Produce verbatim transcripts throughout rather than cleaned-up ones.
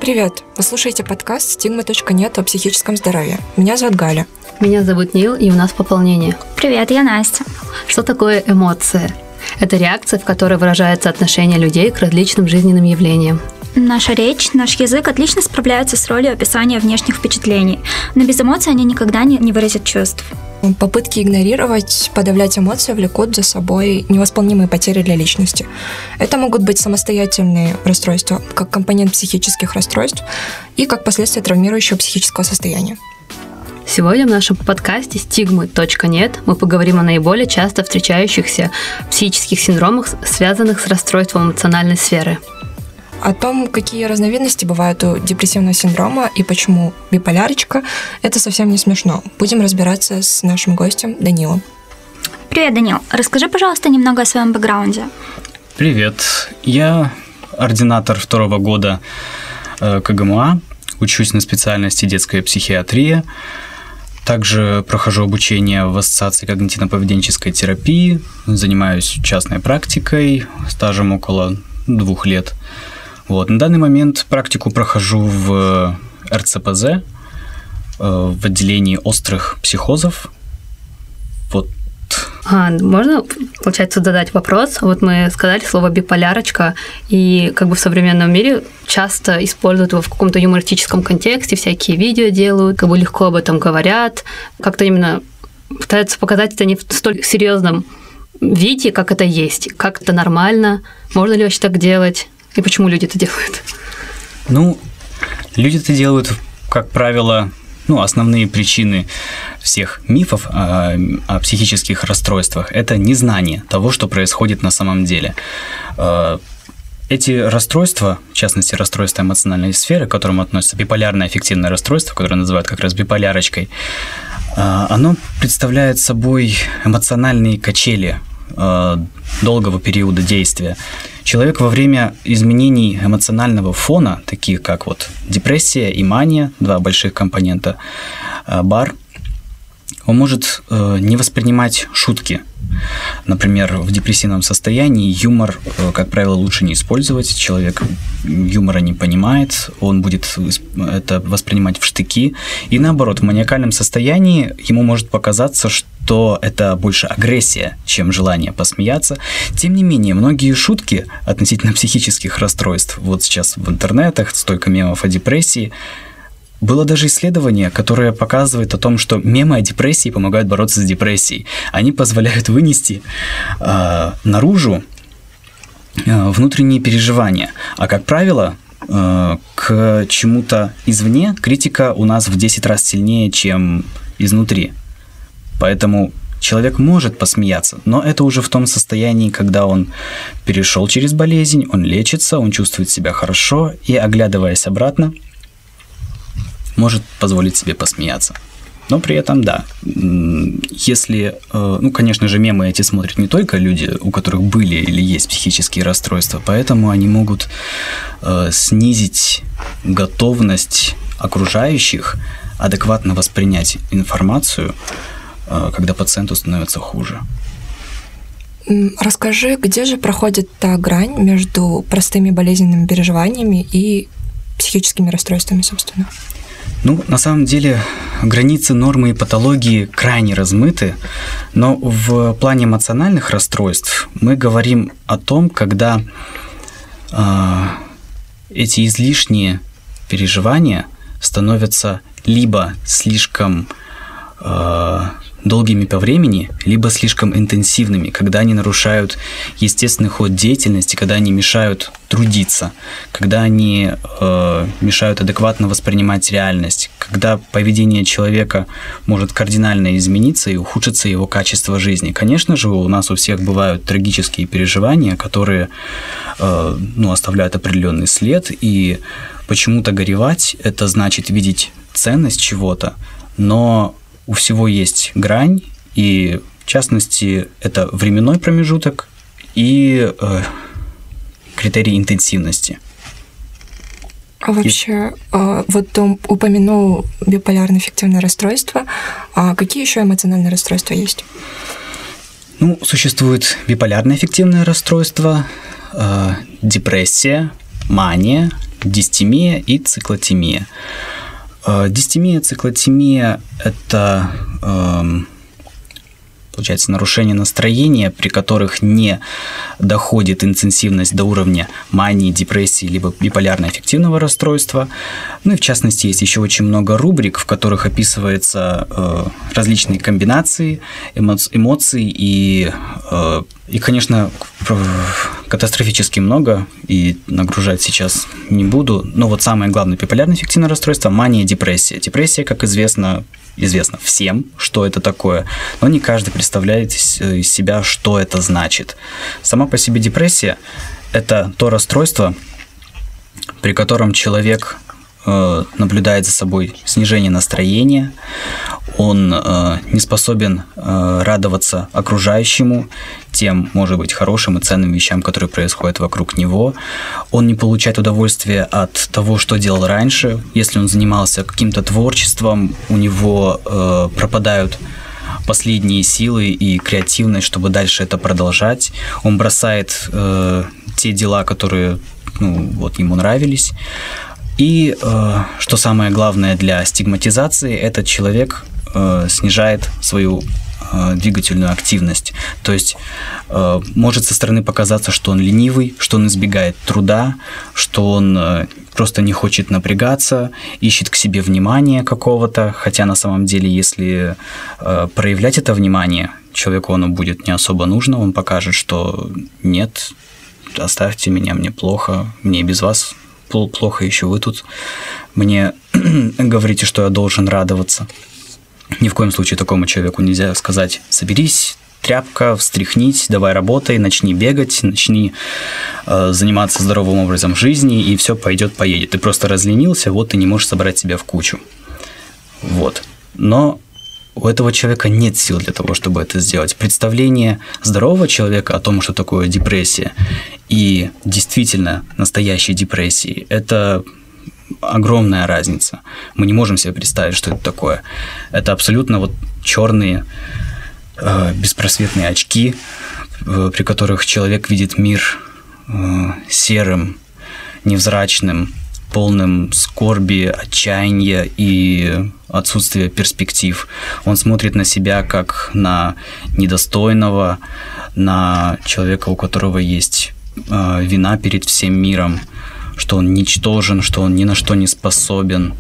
Привет! Вы слушаете подкаст стигма точка нет о психическом здоровье. Меня зовут Галя. Меня зовут Нил, и у нас пополнение. Привет, я Настя. Что такое эмоция? Это реакция, в которой выражается отношение людей к различным жизненным явлениям. Наша речь, наш язык отлично справляются с ролью описания внешних впечатлений, но без эмоций они никогда не, не выразят чувств. Попытки игнорировать, подавлять эмоции влекут за собой невосполнимые потери для личности. Это могут быть самостоятельные расстройства, как компонент психических расстройств и как последствия травмирующего психического состояния. Сегодня в нашем подкасте стигма точка нет мы поговорим о наиболее часто встречающихся психических синдромах, связанных с расстройством эмоциональной сферы. О том, какие разновидности бывают у депрессивного синдрома и почему биполярочка, это совсем не смешно. Будем разбираться с нашим гостем Данилом. Привет, Данил. Расскажи, пожалуйста, немного о своем бэкграунде. Привет. Я ординатор второго года КГМА, учусь на специальности детская психиатрия. Также прохожу обучение в Ассоциации когнитивно-поведенческой терапии, занимаюсь частной практикой, стажем около двух лет. Вот. На данный момент практику прохожу в эр цэ пэ зэ, в отделении острых психозов. Вот. А, можно, получается, задать вопрос? Вот мы сказали слово биполярочка, и как бы в современном мире часто используют его в каком-то юмористическом контексте, всякие видео делают, как бы легко об этом говорят, как-то именно пытаются показать это не в столь серьезном виде, как это есть, как это нормально, можно ли вообще так делать, и почему люди это делают? Ну, люди это делают, как правило, ну, основные причины всех мифов о, о психических расстройствах – это незнание того, что происходит на самом деле. Эти расстройства, в частности, расстройства эмоциональной сферы, к которым относится биполярное аффективное расстройство, которое называют как раз биполярочкой, оно представляет собой эмоциональные качели долгого периода действия. Человек во время изменений эмоционального фона, таких как вот депрессия и мания, два больших компонента бар, он может не воспринимать шутки. Например, в депрессивном состоянии юмор, как правило, лучше не использовать. Человек юмора не понимает, он будет это воспринимать в штыки. И наоборот, в маниакальном состоянии ему может показаться, что это больше агрессия, чем желание посмеяться. Тем не менее, многие шутки относительно психических расстройств, вот сейчас в интернетах столько мемов о депрессии, было даже исследование, которое показывает о том, что мемы о депрессии помогают бороться с депрессией. Они позволяют вынести э, наружу э, внутренние переживания. А, как правило, э, к чему-то извне критика у нас в десять раз сильнее, чем изнутри. Поэтому человек может посмеяться, но это уже в том состоянии, когда он перешел через болезнь, он лечится, он чувствует себя хорошо и, оглядываясь обратно, может позволить себе посмеяться. Но при этом, да, если, ну, конечно же, мемы эти смотрят не только люди, у которых были или есть психические расстройства, поэтому они могут снизить готовность окружающих адекватно воспринять информацию, когда пациенту становится хуже. Расскажи, где же проходит та грань между простыми болезненными переживаниями и психическими расстройствами, собственно? Ну, на самом деле, границы нормы и патологии крайне размыты, но в плане эмоциональных расстройств мы говорим о том, когда э, эти излишние переживания становятся либо слишком э, долгими по времени, либо слишком интенсивными, когда они нарушают естественный ход деятельности, когда они мешают трудиться, когда они э, мешают адекватно воспринимать реальность, когда поведение человека может кардинально измениться и ухудшится его качество жизни. Конечно же, у нас у всех бывают трагические переживания, которые э, ну, оставляют определенный след, и почему-то горевать – это значит видеть ценность чего-то, но у всего есть грань, и в частности это временной промежуток и э, критерий интенсивности. А вообще, э, вот он упомянул биполярное аффективное расстройство, а какие еще эмоциональные расстройства есть? Ну, существует биполярное аффективное расстройство, э, депрессия, мания, дистемия и циклотемия. Дистемия, циклотемия – это, получается, нарушение настроения, при которых не доходит интенсивность до уровня мании, депрессии, либо биполярно-аффективного расстройства. Ну и в частности, есть еще очень много рубрик, в которых описываются различные комбинации эмоций и, и, конечно, катастрофически много, и нагружать сейчас не буду. Но вот самое главное биполярно-аффективное расстройство – мания, депрессия. Депрессия, как известно, известно всем, что это такое, но не каждый представляет из себя, что это значит. Сама по себе депрессия – это то расстройство, при котором человек э, наблюдает за собой снижение настроения, он э, не способен э, радоваться окружающему, тем, может быть, хорошим и ценным вещам, которые происходят вокруг него. Он не получает удовольствия от того, что делал раньше. Если он занимался каким-то творчеством, у него э, пропадают последние силы и креативность, чтобы дальше это продолжать. Он бросает э, те дела, которые ну, вот, ему нравились. И, э, что самое главное для стигматизации, этот человек э, снижает свою э, двигательную активность. То есть э, может со стороны показаться, что он ленивый, что он избегает труда, что он э, просто не хочет напрягаться, ищет к себе внимания какого-то, хотя на самом деле, если э, проявлять это внимание, человеку оно будет не особо нужно, он покажет, что нет, оставьте меня, мне плохо, мне без вас плохо, еще вы тут мне говорите, что я должен радоваться. Ни в коем случае такому человеку нельзя сказать: соберись, тряпка, встряхнись, давай работай, начни бегать, начни э, заниматься здоровым образом жизни, и все пойдет, поедет. Ты просто разленился, вот ты не можешь собрать себя в кучу. Вот. Но у этого человека нет сил для того, чтобы это сделать. Представление здорового человека о том, что такое депрессия, и действительно настоящей депрессии – это огромная разница. Мы не можем себе представить, что это такое. Это абсолютно вот черные э, беспросветные очки, э, при которых человек видит мир э, серым, невзрачным, полным скорби, отчаяния и отсутствия перспектив. Он смотрит на себя как на недостойного, на человека, у которого есть э, вина перед всем миром, что он ничтожен, что он ни на что не способен,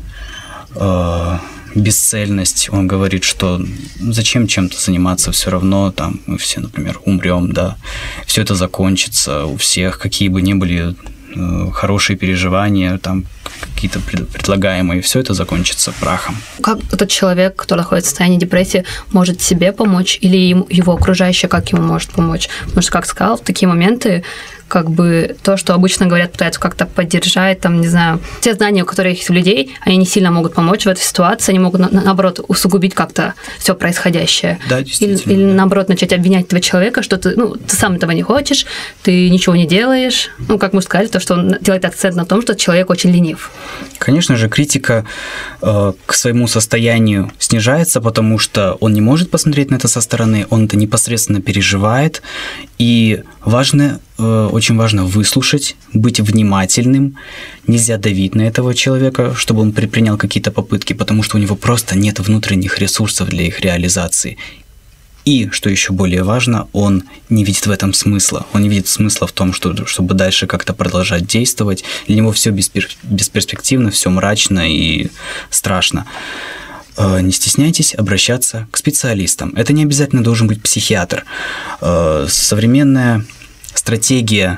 э, бесцельность. Он говорит, что зачем чем-то заниматься, все равно там мы все, например, умрем, да, все это закончится у всех, какие бы ни были хорошие переживания, там какие-то предлагаемые, все это закончится прахом. Как этот человек, который находится в состоянии депрессии, может себе помочь, или его окружающее как ему может помочь? Потому что, как сказал, в такие моменты как бы то, что обычно говорят, пытаются как-то поддержать, там, не знаю, те знания, которые есть у людей, они не сильно могут помочь в этой ситуации, они могут, на, наоборот, усугубить как-то все происходящее. Да, действительно. Или, или, наоборот, начать обвинять этого человека, что ты, ну, ты сам этого не хочешь, ты ничего не делаешь. Ну, как мы сказали, то, что он делает акцент на том, что человек очень ленив. Конечно же, критика э, к своему состоянию снижается, потому что он не может посмотреть на это со стороны, он это непосредственно переживает, и важно, э, очень важно выслушать, быть внимательным, нельзя давить на этого человека, чтобы он предпринял какие-то попытки, потому что у него просто нет внутренних ресурсов для их реализации. И, что еще более важно, он не видит в этом смысла. Он не видит смысла в том, что, чтобы дальше как-то продолжать действовать. Для него все беспер... бесперспективно, все мрачно и страшно. Не стесняйтесь обращаться к специалистам. Это не обязательно должен быть психиатр. Современная стратегия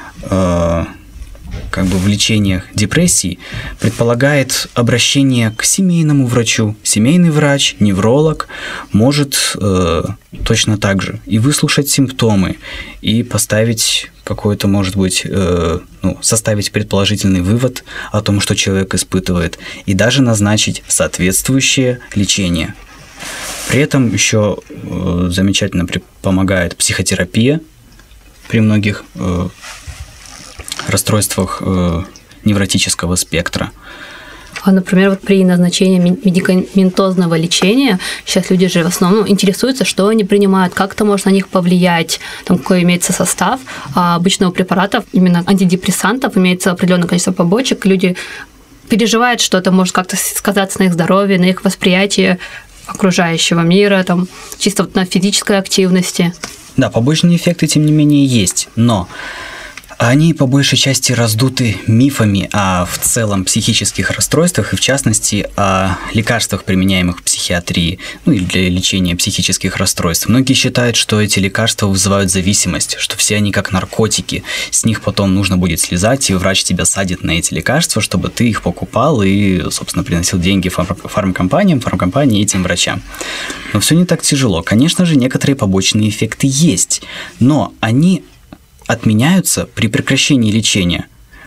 как бы в лечениях депрессии предполагает обращение к семейному врачу. Семейный врач, невролог может э, точно так же и выслушать симптомы, и поставить какой-то, может быть, э, ну, составить предположительный вывод о том, что человек испытывает, и даже назначить соответствующее лечение. При этом еще э, замечательно при- помогает психотерапия при многих э, расстройствах э, невротического спектра. А, например, вот при назначении медикаментозного лечения сейчас люди же в основном интересуются, что они принимают, как это может на них повлиять, там, какой имеется состав. А обычно у препаратов, именно антидепрессантов, имеется определенное количество побочек. Люди переживают, что это может как-то сказаться на их здоровье, на их восприятии окружающего мира, там, чисто вот на физической активности. Да, побочные эффекты, тем не менее, есть, но они по большей части раздуты мифами о в целом психических расстройствах и, в частности, о лекарствах, применяемых в психиатрии, ну или для лечения психических расстройств. Многие считают, что эти лекарства вызывают зависимость, что все они как наркотики, с них потом нужно будет слезать, и врач тебя садит на эти лекарства, чтобы ты их покупал и, собственно, приносил деньги фарм- фармкомпаниям, фармкомпании и этим врачам. Но все не так тяжело. Конечно же, некоторые побочные эффекты есть, но они отменяются при прекращении лечения.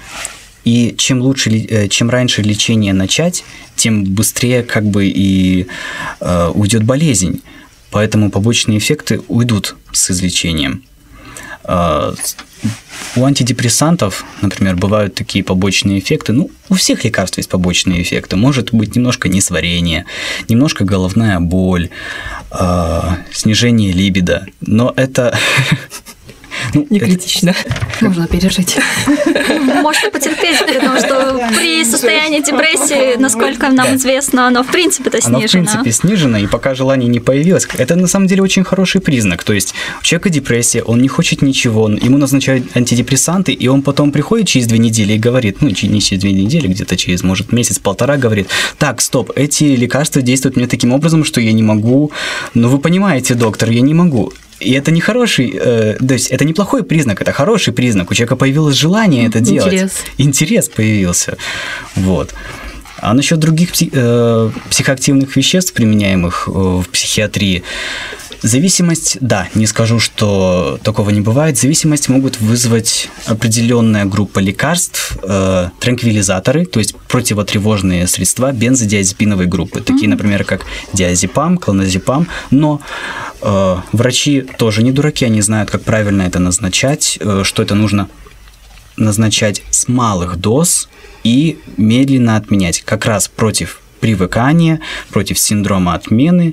И чем лучше, чем раньше лечение начать, тем быстрее как бы и э, уйдет болезнь. Поэтому побочные эффекты уйдут с излечением. Э, у антидепрессантов, например, бывают такие побочные эффекты. Ну, у всех лекарств есть побочные эффекты. Может быть немножко несварение, немножко головная боль, э, снижение либидо. Но это... Ну, не критично. Можно пережить. Можно потерпеть, потому что при состоянии депрессии, насколько нам известно, оно в принципе-то снижено. Оно в принципе снижено, и пока желание не появилось. Это на самом деле очень хороший признак. То есть у человека депрессия, он не хочет ничего, ему назначают антидепрессанты, и он потом приходит через две недели и говорит, ну, не через две недели, где-то через, может, месяц-полтора, говорит, так, стоп, эти лекарства действуют мне таким образом, что я не могу, ну, вы понимаете, доктор, я не могу. И это не хороший, э, то есть это неплохой признак, это хороший признак. У человека появилось желание это делать. Интерес. Интерес появился. Вот. А насчет других псих, э, психоактивных веществ, применяемых в психиатрии, зависимость, да, не скажу, что такого не бывает. Зависимость могут вызвать определенная группа лекарств, э, транквилизаторы, то есть противотревожные средства бензодиазепиновой группы, такие, например, как диазепам, клоназепам, но э, врачи тоже не дураки, они знают, как правильно это назначать, э, что это нужно назначать с малых доз и медленно отменять, как раз против привыкания, против синдрома отмены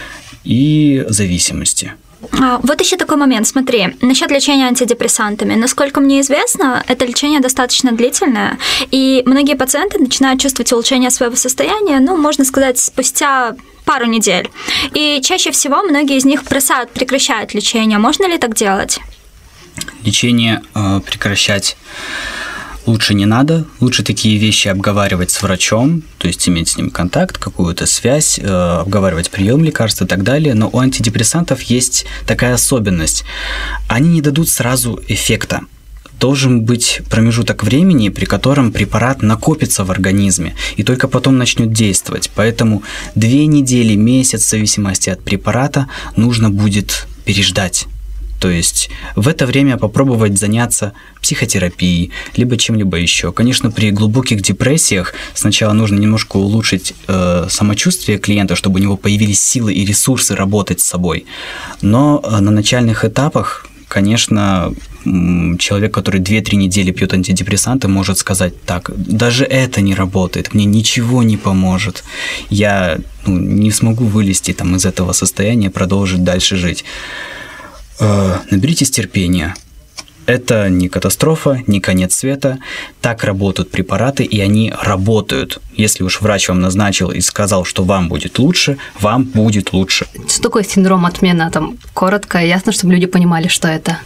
и зависимости. А, вот еще такой момент, смотри, насчет лечения антидепрессантами. Насколько мне известно, это лечение достаточно длительное, и многие пациенты начинают чувствовать улучшение своего состояния, ну, можно сказать, спустя пару недель. И чаще всего многие из них бросают, прекращают лечение. Можно ли так делать? Лечение э, прекращать лучше не надо, лучше такие вещи обговаривать с врачом, то есть иметь с ним контакт, какую-то связь, э, обговаривать прием лекарств и так далее. Но у антидепрессантов есть такая особенность. Они не дадут сразу эффекта. Должен быть промежуток времени, при котором препарат накопится в организме и только потом начнет действовать. Поэтому две недели, месяц, в зависимости от препарата, нужно будет переждать. То есть в это время попробовать заняться психотерапией, либо чем-либо еще. Конечно, при глубоких депрессиях сначала нужно немножко улучшить э, самочувствие клиента, чтобы у него появились силы и ресурсы работать с собой. Но э, на начальных этапах, конечно, человек, который две-три недели пьет антидепрессанты, может сказать, так, даже это не работает, мне ничего не поможет, я ну, не смогу вылезти там, из этого состояния, продолжить дальше жить. Наберитесь терпения. Это не катастрофа, не конец света. Так работают препараты, и они работают. Если уж врач вам назначил и сказал, что вам будет лучше, вам будет лучше. Что такое синдром отмены? Там коротко и ясно, чтобы люди понимали, что это.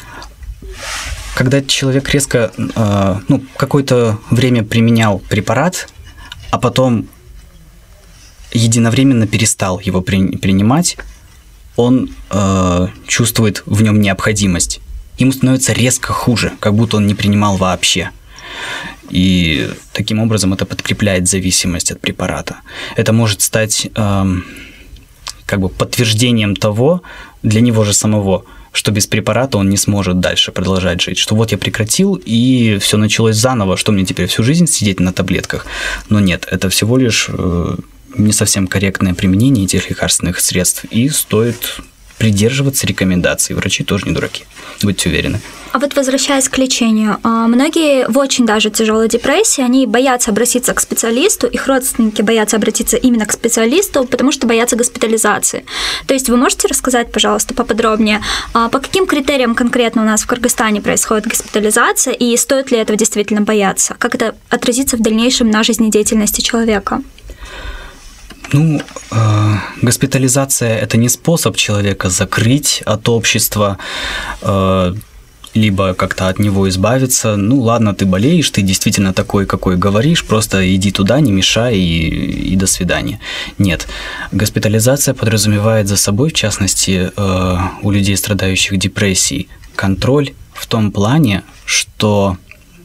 Когда человек резко, ну, какое-то время применял препарат, а потом единовременно перестал его принимать, он э, чувствует в нем необходимость. Ему становится резко хуже, как будто он не принимал вообще. И таким образом это подкрепляет зависимость от препарата. Это может стать э, как бы подтверждением того, для него же самого, что без препарата он не сможет дальше продолжать жить. Что вот я прекратил, и все началось заново, что мне теперь всю жизнь сидеть на таблетках? Но нет, это всего лишь... Э, не совсем корректное применение этих лекарственных средств, и стоит придерживаться рекомендаций. Врачи тоже не дураки, будьте уверены. А вот возвращаясь к лечению, многие в очень даже тяжелой депрессии, они боятся обратиться к специалисту, их родственники боятся обратиться именно к специалисту, потому что боятся госпитализации. То есть вы можете рассказать, пожалуйста, поподробнее, по каким критериям конкретно у нас в Кыргызстане происходит госпитализация, и стоит ли этого действительно бояться? Как это отразится в дальнейшем на жизнедеятельности человека? Ну, э, госпитализация – это не способ человека закрыть от общества, э, либо как-то от него избавиться. Ну, ладно, ты болеешь, ты действительно такой, какой говоришь, просто иди туда, не мешай и, и до свидания. Нет. Госпитализация подразумевает за собой, в частности, э, у людей, страдающих депрессией, контроль в том плане, что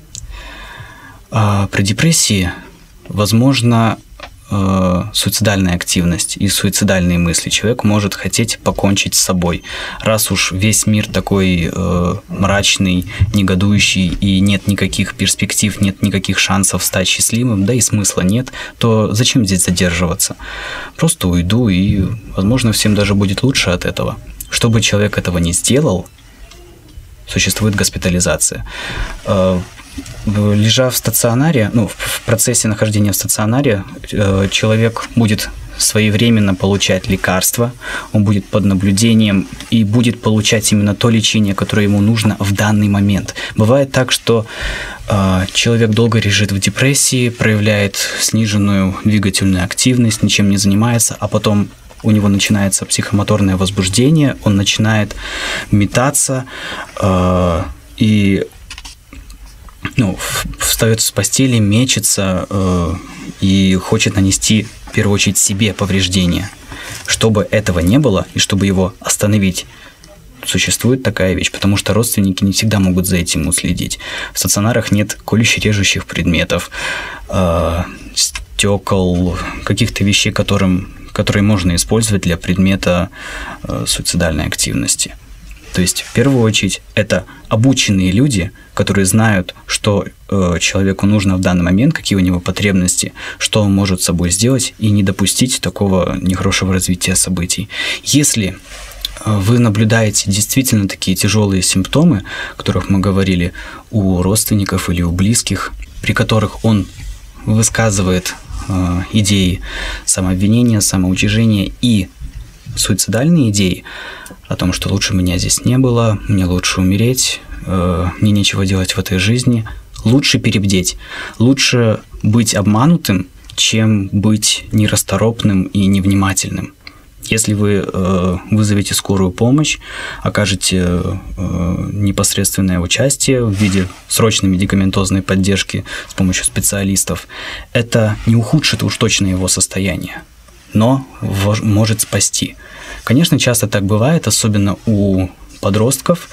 э, при депрессии возможно суицидальная активность и суицидальные мысли. Человек может хотеть покончить с собой. Раз уж весь мир такой э, мрачный, негодующий, и нет никаких перспектив, нет никаких шансов стать счастливым, да и смысла нет, то зачем здесь задерживаться? Просто уйду, и, возможно, всем даже будет лучше от этого. Чтобы человек этого не сделал, существует госпитализация. Э, Лежа в стационаре, ну, в процессе нахождения в стационаре, человек будет своевременно получать лекарства, он будет под наблюдением и будет получать именно то лечение, которое ему нужно в данный момент. Бывает так, что э, человек долго лежит в депрессии, проявляет сниженную двигательную активность, ничем не занимается, а потом у него начинается психомоторное возбуждение, он начинает метаться э, и ну, встает с постели, мечется э, и хочет нанести, в первую очередь, себе повреждения. Чтобы этого не было и чтобы его остановить, существует такая вещь, потому что родственники не всегда могут за этим уследить. В стационарах нет колюще-режущих предметов, э, стекол, каких-то вещей, которым, которые можно использовать для предмета э, суицидальной активности. То есть, в первую очередь, это обученные люди, которые знают, что э, человеку нужно в данный момент, какие у него потребности, что он может с собой сделать, и не допустить такого нехорошего развития событий. Если вы наблюдаете действительно такие тяжелые симптомы, о которых мы говорили, у родственников или у близких, при которых он высказывает э, идеи самообвинения, самоуничижения и суицидальные идеи о том, что лучше меня здесь не было, мне лучше умереть, э, мне нечего делать в этой жизни, лучше перебдеть, лучше быть обманутым, чем быть нерасторопным и невнимательным. Если вы э, вызовете скорую помощь, окажете э, непосредственное участие в виде срочной медикаментозной поддержки с помощью специалистов, это не ухудшит уж точно его состояние, но может спасти. Конечно, часто так бывает, особенно у подростков,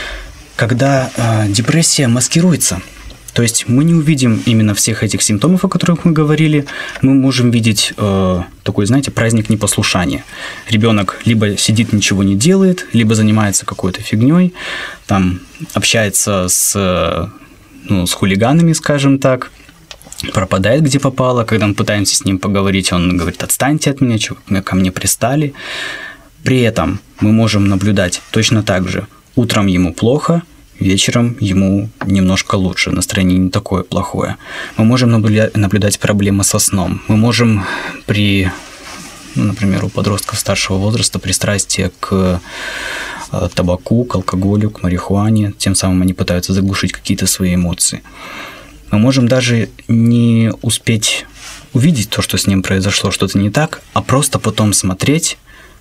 когда э, депрессия маскируется. То есть мы не увидим именно всех этих симптомов, о которых мы говорили. Мы можем видеть э, такой, знаете, праздник непослушания. Ребенок либо сидит, ничего не делает, либо занимается какой-то фигней, там общается с, ну, с хулиганами, скажем так, пропадает где попало. Когда мы пытаемся с ним поговорить, он говорит: отстаньте от меня, чего вы ко мне пристали. При этом мы можем наблюдать точно так же. Утром ему плохо, вечером ему немножко лучше, настроение не такое плохое. Мы можем наблюдать, наблюдать проблемы со сном. Мы можем при, ну, например, у подростков старшего возраста пристрастие к табаку, к алкоголю, к марихуане. Тем самым они пытаются заглушить какие-то свои эмоции. Мы можем даже не успеть увидеть то, что с ним произошло, что-то не так, а просто потом смотреть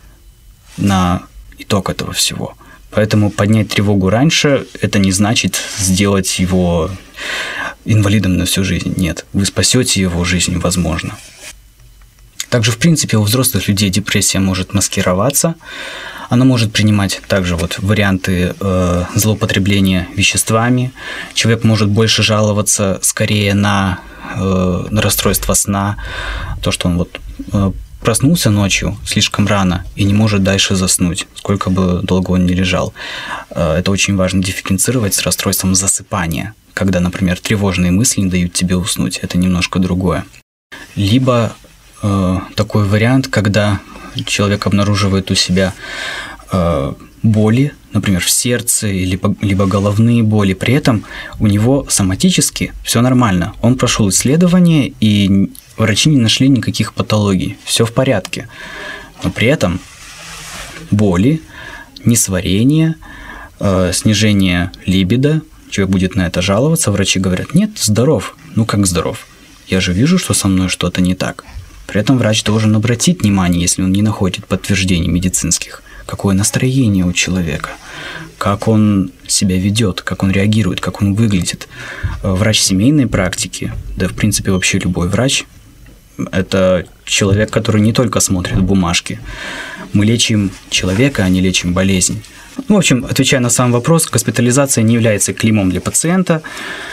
на итог этого всего. Поэтому поднять тревогу раньше – это не значит сделать его инвалидом на всю жизнь. Нет, вы спасете его жизнь, возможно. Также, в принципе, у взрослых людей депрессия может маскироваться. Она может принимать также вот варианты э, злоупотребления веществами. Человек может больше жаловаться скорее на, э, на расстройство сна, то, что он вот э, проснулся ночью слишком рано и не может дальше заснуть, сколько бы долго он ни лежал. Э, это очень важно дифференцировать с расстройством засыпания, когда, например, тревожные мысли не дают тебе уснуть. Это немножко другое. Либо э, такой вариант, когда человек обнаруживает у себя э, боли, например, в сердце, либо, либо головные боли. При этом у него соматически все нормально. Он прошел исследование, и врачи не нашли никаких патологий. Все в порядке. Но при этом боли, несварение, э, снижение либидо, человек будет на это жаловаться, врачи говорят: нет, здоров. Ну как здоров? Я же вижу, что со мной что-то не так. При этом врач должен обратить внимание, если он не находит подтверждений медицинских, какое настроение у человека, как он себя ведет, как он реагирует, как он выглядит. Врач семейной практики, да в принципе вообще любой врач, это человек, который не только смотрит бумажки. Мы лечим человека, а не лечим болезнь. Ну, в общем, отвечая на сам вопрос, госпитализация не является клеймом для пациента,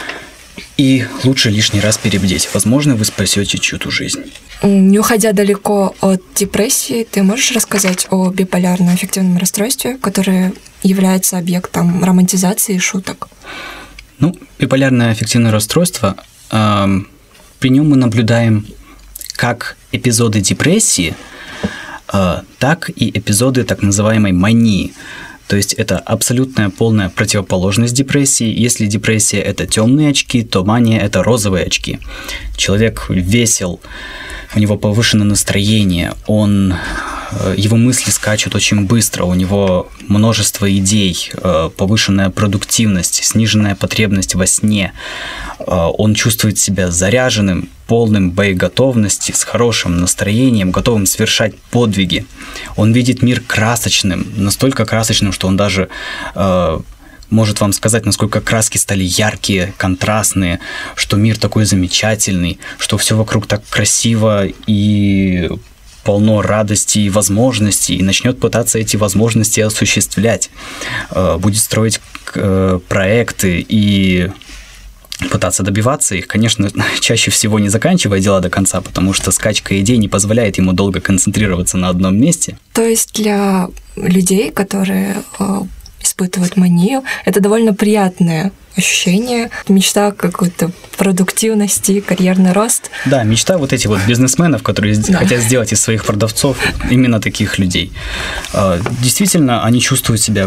и лучше лишний раз перебдеть. Возможно, вы спасете чью-то жизнь. Не уходя далеко от депрессии, ты можешь рассказать о биполярном аффективном расстройстве, которое является объектом романтизации и шуток? Ну, биполярное аффективное расстройство, э, при нем мы наблюдаем как эпизоды депрессии, э, так и эпизоды так называемой мании. То есть это абсолютная полная противоположность депрессии. Если депрессия – это темные очки, то мания – это розовые очки. Человек весел, у него повышенное настроение, он, его мысли скачут очень быстро, у него множество идей, повышенная продуктивность, сниженная потребность во сне. Он чувствует себя заряженным, полным боеготовности, с хорошим настроением, готовым совершать подвиги. Он видит мир красочным, настолько красочным, что он даже э, может вам сказать, насколько краски стали яркие, контрастные, что мир такой замечательный, что все вокруг так красиво и полно радости и возможностей, и начнет пытаться эти возможности осуществлять, э, будет строить э, проекты и пытаться добиваться их, конечно, чаще всего не заканчивая дела до конца, потому что скачка идей не позволяет ему долго концентрироваться на одном месте. То есть для людей, которые э, испытывают манию, это довольно приятное ощущение, мечта о какой-то продуктивности, карьерный рост. Да, мечта вот этих вот бизнесменов, которые да. хотят сделать из своих продавцов именно таких людей. Действительно, они чувствуют себя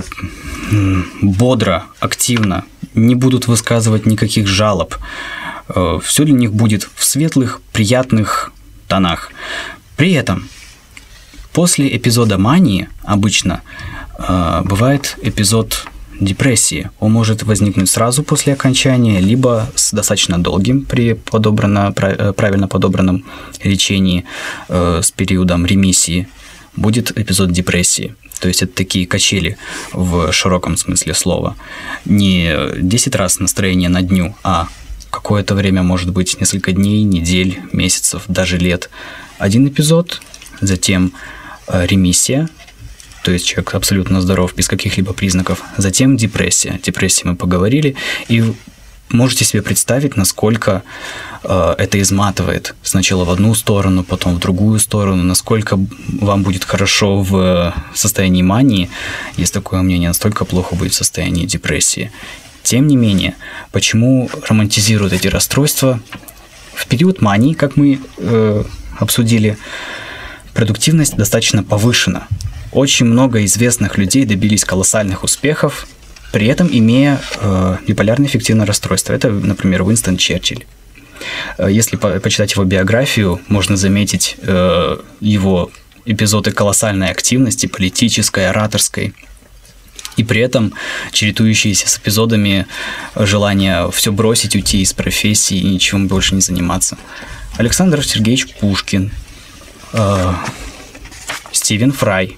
бодро, активно, не будут высказывать никаких жалоб. Все для них будет в светлых, приятных тонах. При этом после эпизода мании обычно бывает эпизод депрессии. Он может возникнуть сразу после окончания, либо с достаточно долгим при подобрано, правильно подобранном лечении с периодом ремиссии будет эпизод депрессии. То есть это такие качели в широком смысле слова. Не десять раз настроение на дню, а какое-то время, может быть, несколько дней, недель, месяцев, даже лет. Один эпизод, затем ремиссия, то есть человек абсолютно здоров, без каких-либо признаков. Затем депрессия. Депрессии мы поговорили. И можете себе представить, насколько э, это изматывает. Сначала в одну сторону, потом в другую сторону. Насколько вам будет хорошо в состоянии мании, есть такое мнение, настолько плохо будет в состоянии депрессии. Тем не менее, почему романтизируют эти расстройства? В период мании, как мы э, обсудили, продуктивность достаточно повышена. Очень много известных людей добились колоссальных успехов, при этом имея э, биполярное аффективное расстройство. Это, например, Уинстон Черчилль. Если по- почитать его биографию, можно заметить э, его эпизоды колоссальной активности, политической, ораторской, и при этом чередующиеся с эпизодами желания все бросить, уйти из профессии и ничем больше не заниматься. Александр Сергеевич Пушкин, э, Стивен Фрай,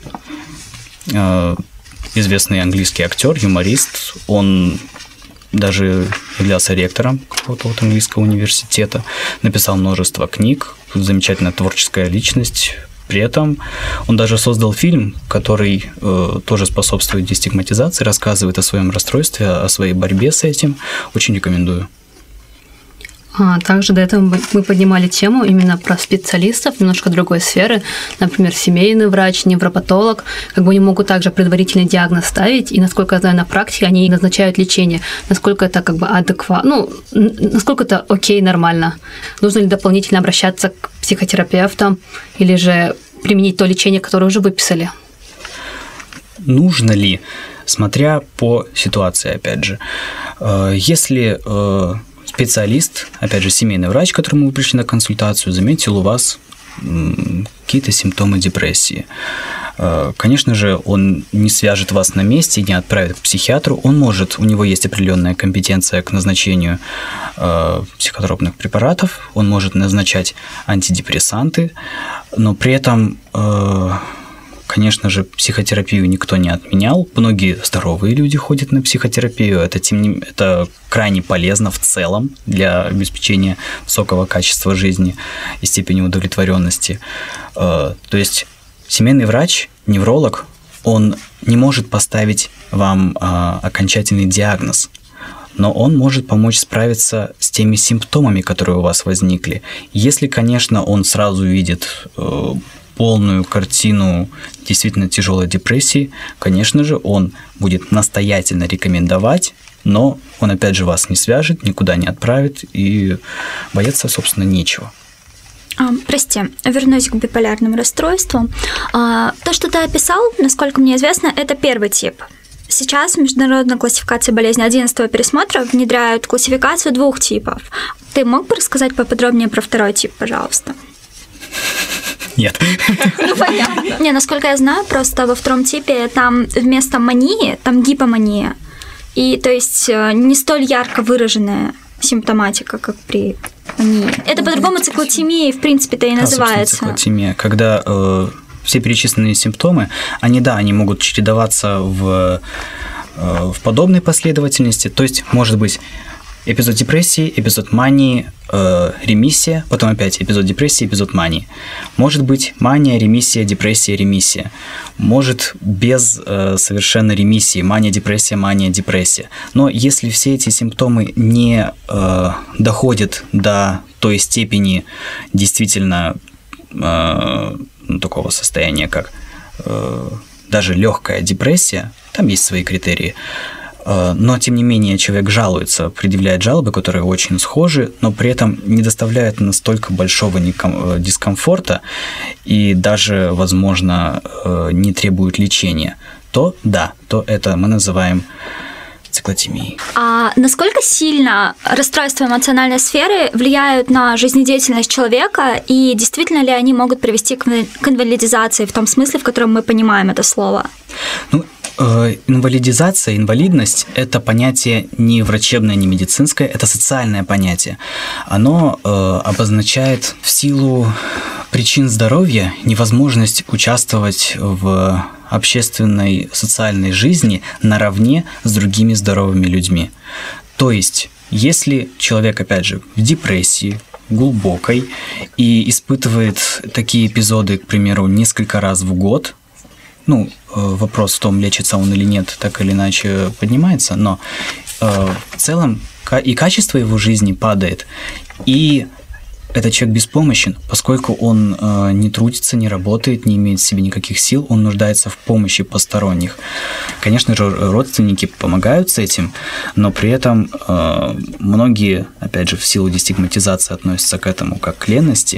э, известный английский актер, юморист, он даже являлся ректором какого-то вот английского университета, написал множество книг, замечательная творческая личность. При этом он даже создал фильм, который э, тоже способствует дестигматизации, рассказывает о своем расстройстве, о своей борьбе с этим. Очень рекомендую. А также до этого мы поднимали тему именно про специалистов немножко другой сферы, например, семейный врач, невропатолог, как бы они могут также предварительный диагноз ставить, и, насколько я знаю, на практике они назначают лечение, насколько это как бы адекватно, ну, насколько это окей, нормально. Нужно ли дополнительно обращаться к психотерапевтам или же применить то лечение, которое уже выписали? нужно ли, смотря по ситуации, опять же. Если специалист, опять же, семейный врач, к которому вы пришли на консультацию, заметил у вас какие-то симптомы депрессии. Конечно же, он не свяжет вас на месте, не отправит к психиатру. Он может, у него есть определенная компетенция к назначению э, психотропных препаратов, он может назначать антидепрессанты, но при этом, э, конечно же, психотерапию никто не отменял. Многие здоровые люди ходят на психотерапию. Это, тем не, это крайне полезно в целом для обеспечения высокого качества жизни и степени удовлетворенности. Э, то есть семейный врач, невролог, он не может поставить вам а, окончательный диагноз, но он может помочь справиться с теми симптомами, которые у вас возникли. Если, конечно, он сразу видит э, полную картину действительно тяжелой депрессии, конечно же, он будет настоятельно рекомендовать, но он, опять же, вас не свяжет, никуда не отправит, и бояться, собственно, нечего. А, прости, вернусь к биполярным расстройствам. А, то, что ты описал, насколько мне известно, это первый тип. Сейчас в международной классификации болезней одиннадцатого пересмотра внедряют классификацию двух типов. Ты мог бы рассказать поподробнее про второй тип, пожалуйста? Нет. Ну, понятно. Не, насколько я знаю, просто во втором типе там вместо мании, там гипомания. И, то есть, не столь ярко выраженная симптоматика, как при мании. Это по-другому циклотемия, в принципе-то и да, называется. Циклотемия, когда э, все перечисленные симптомы, они, да, они могут чередоваться в, э, в подобной последовательности, то есть, может быть, эпизод депрессии, эпизод мании, э, ремиссия, потом опять эпизод депрессии, эпизод мании. Может быть мания, ремиссия, депрессия, ремиссия. Может без э, совершенно ремиссии, мания, депрессия, мания, депрессия. Но если все эти симптомы не э, доходят до той степени действительно э, ну, такого состояния, как э, даже легкая депрессия, там есть свои критерии, но, тем не менее, человек жалуется, предъявляет жалобы, которые очень схожи, но при этом не доставляют настолько большого дискомфорта и даже, возможно, не требуют лечения, то да, то это мы называем циклотемией. А насколько сильно расстройства эмоциональной сферы влияют на жизнедеятельность человека, и действительно ли они могут привести к инвалидизации в том смысле, в котором мы понимаем это слово? Ну, инвалидизация, инвалидность – это понятие не врачебное, не медицинское, это социальное понятие. Оно э, обозначает в силу причин здоровья невозможность участвовать в общественной социальной жизни наравне с другими здоровыми людьми. То есть, если человек, опять же, в депрессии, глубокой, и испытывает такие эпизоды, к примеру, несколько раз в год, ну, вопрос в том, лечится он или нет, так или иначе поднимается, но э, в целом и качество его жизни падает, и этот человек беспомощен, поскольку он э, не трудится, не работает, не имеет в себе никаких сил, он нуждается в помощи посторонних. Конечно же, родственники помогают с этим, но при этом э, многие, опять же, в силу дестигматизации относятся к этому как к ленности,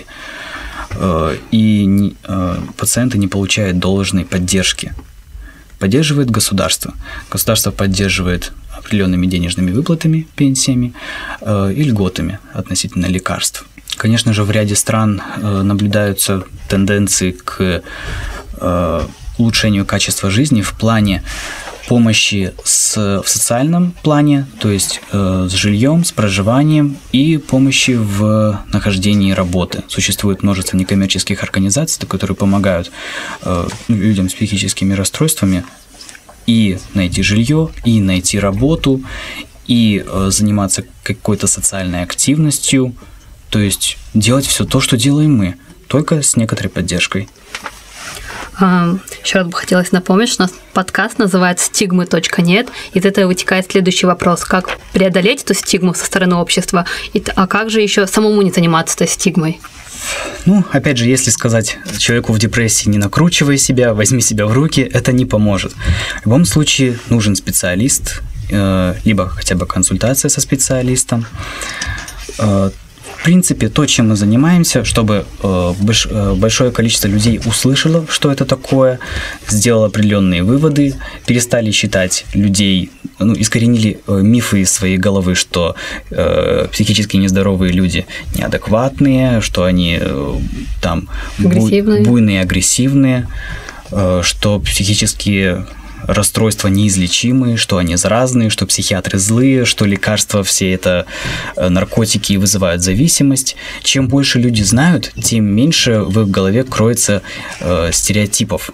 и пациенты не получают должной поддержки. Поддерживает государство. Государство поддерживает определенными денежными выплатами, пенсиями и льготами относительно лекарств. Конечно же, в ряде стран наблюдаются тенденции к улучшению качества жизни в плане помощи с, в социальном плане, то есть э, с жильем, с проживанием и помощи в нахождении работы. Существует множество некоммерческих организаций, которые помогают э, людям с психическими расстройствами и найти жилье, и найти работу, и э, заниматься какой-то социальной активностью, то есть делать все то, что делаем мы, только с некоторой поддержкой. Еще раз бы хотелось напомнить, что у нас подкаст называется «Стигмы точка нет», и из этого вытекает следующий вопрос: как преодолеть эту стигму со стороны общества, и, а как же еще самому не заниматься этой стигмой? Ну, опять же, если сказать человеку в депрессии «не накручивай себя, возьми себя в руки», это не поможет. В любом случае нужен специалист, либо хотя бы консультация со специалистом. В принципе, то, чем мы занимаемся, чтобы э, больш, э, большое количество людей услышало, что это такое, сделало определенные выводы, перестали считать людей, ну, искоренили э, мифы из своей головы, что э, психически нездоровые люди неадекватные, что они э, там агрессивные. Бу, буйные, агрессивные, э, что психические расстройства неизлечимые, что они заразные, что психиатры злые, что лекарства все это наркотики и вызывают зависимость. Чем больше люди знают, тем меньше в их голове кроется э, стереотипов.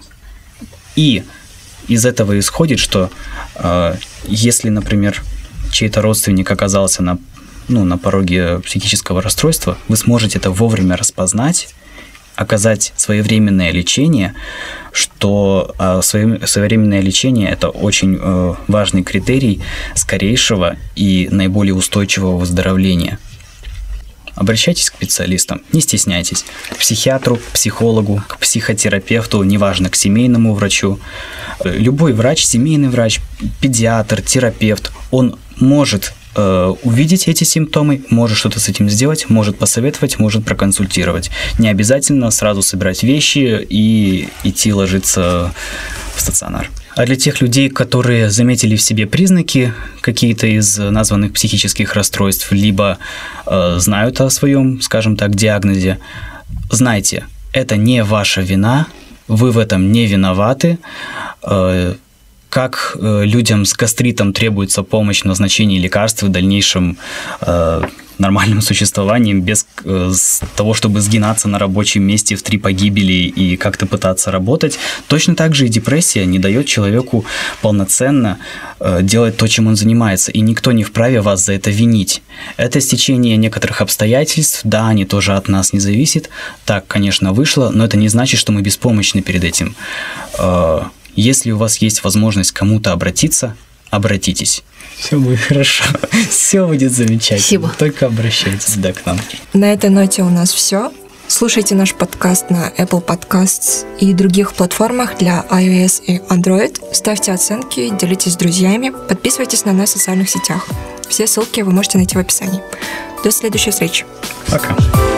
И из этого исходит, что э, если, например, чей-то родственник оказался на, ну, на пороге психического расстройства, вы сможете это вовремя распознать, оказать своевременное лечение, что э, своевременное лечение – это очень э, важный критерий скорейшего и наиболее устойчивого выздоровления. Обращайтесь к специалистам, не стесняйтесь. К психиатру, к психологу, к психотерапевту, неважно, к семейному врачу. Любой врач, семейный врач, педиатр, терапевт, он может увидеть эти симптомы, может что-то с этим сделать, может посоветовать, может проконсультировать. Не обязательно сразу собирать вещи и идти ложиться в стационар. А для тех людей, которые заметили в себе признаки какие-то из названных психических расстройств, либо э, знают о своем, скажем так, диагнозе, знайте, это не ваша вина, вы в этом не виноваты. Э, как э, людям с гастритом требуется помощь в назначении лекарств и дальнейшем э, нормальным существованием без э, того, чтобы сгинаться на рабочем месте в три погибели и как-то пытаться работать, точно так же и депрессия не дает человеку полноценно э, делать то, чем он занимается, и никто не вправе вас за это винить. Это стечение некоторых обстоятельств, да, они тоже от нас не зависят, так, конечно, вышло, но это не значит, что мы беспомощны перед этим. Э, Если у вас есть возможность к кому-то обратиться, обратитесь. Все будет хорошо. Все будет замечательно. Спасибо. Только обращайтесь, да, к нам. На этой ноте у нас все. Слушайте наш подкаст на Apple Podcasts и других платформах для iOS и Android. Ставьте оценки, делитесь с друзьями, подписывайтесь на нас в социальных сетях. Все ссылки вы можете найти в описании. До следующей встречи. Пока.